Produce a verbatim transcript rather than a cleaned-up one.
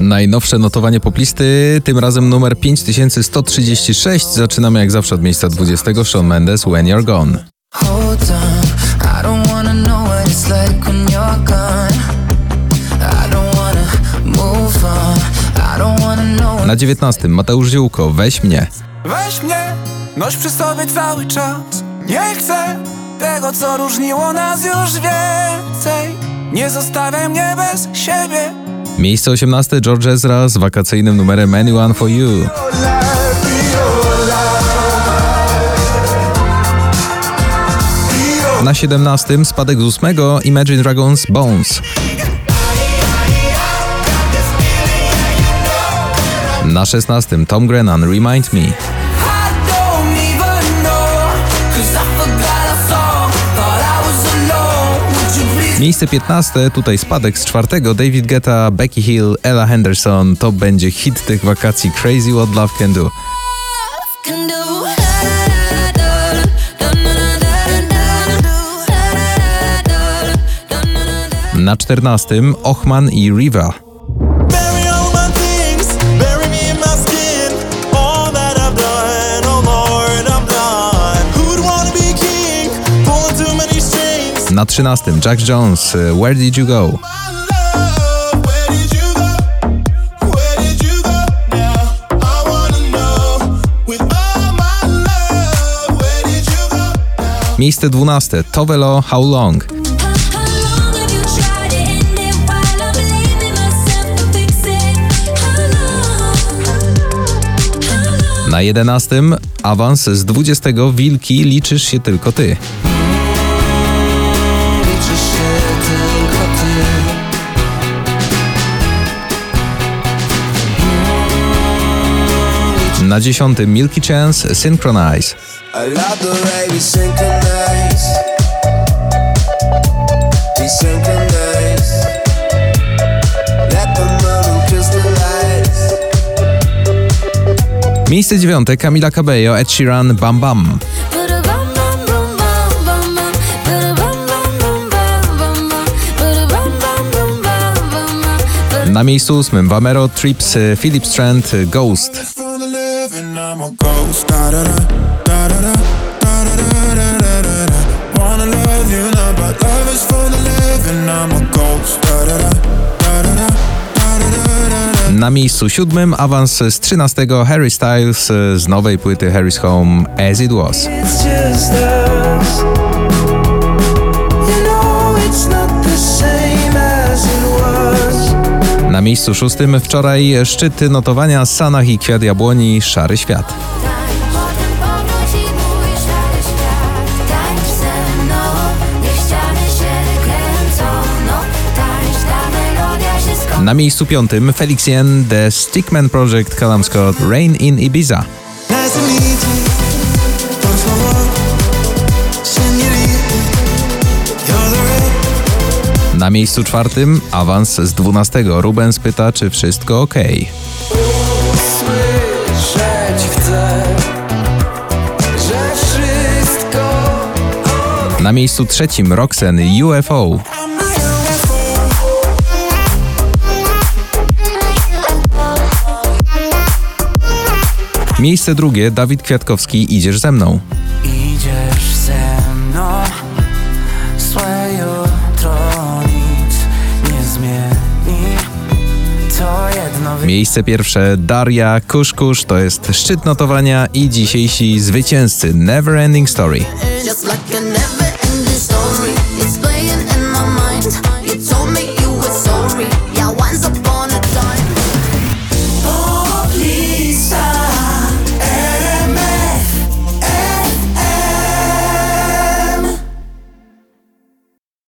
Najnowsze notowanie poplisty, tym razem numer pięć tysięcy sto trzydzieści sześć. Zaczynamy jak zawsze od miejsca dwudziestego. Shawn Mendes, When You're Gone. Na dziewiętnastym Mateusz Ziółko, Weź mnie. Weź mnie, noś przy sobie cały czas. Nie chcę tego, co różniło nas już więcej. Nie zostawiaj mnie bez siebie. Miejsce osiemnaste George Ezra z wakacyjnym numerem Anyone for You. Na siedemnastym spadek z ósmego Imagine Dragons, Bones. Na szesnastym Tom Grennan, Remind Me. Miejsce piętnaste, tutaj spadek z czwartego, David Guetta, Becky Hill, Ella Henderson. To będzie hit tych wakacji, Crazy What Love Can Do. Na czternastym Ochman i Riva. Na trzynastym Jack Jones, Where Did You Go? Miejsce dwunaste Tove Lo, How Long? Na jedenastym awans z dwudziestego Wilki, Liczysz się tylko ty. Na dziesiątym Milky Chance, Synchronize. Miejsce dziewiąte Camila Cabello, Ed Sheeran, Bam Bam. Na miejscu ósmym Vamero, Trips, Philip Strand, Ghost. Na miejscu siódmym awans z trzynastego Harry Styles z nowej płyty Harry's Home, As It Was. Na miejscu szóstym wczoraj szczyty notowania Sanach i Kwiat Jabłoni, Szary Świat. Na miejscu piątym Felix Jen, The Stickman Project, Callum Scott, Rain in Ibiza. Na miejscu czwartym awans z dwunastego Rubens pyta, czy wszystko ok. Na miejscu trzecim Roxanne, U F O. Miejsce drugie Dawid Kwiatkowski, Idziesz ze mną. Idziesz ze mną, złe jutro nic nie zmieni. To jedno wy... Miejsce pierwsze Daria, Kusz Kusz, to jest szczyt notowania i dzisiejsi zwycięzcy Never Ending Story. Just like a never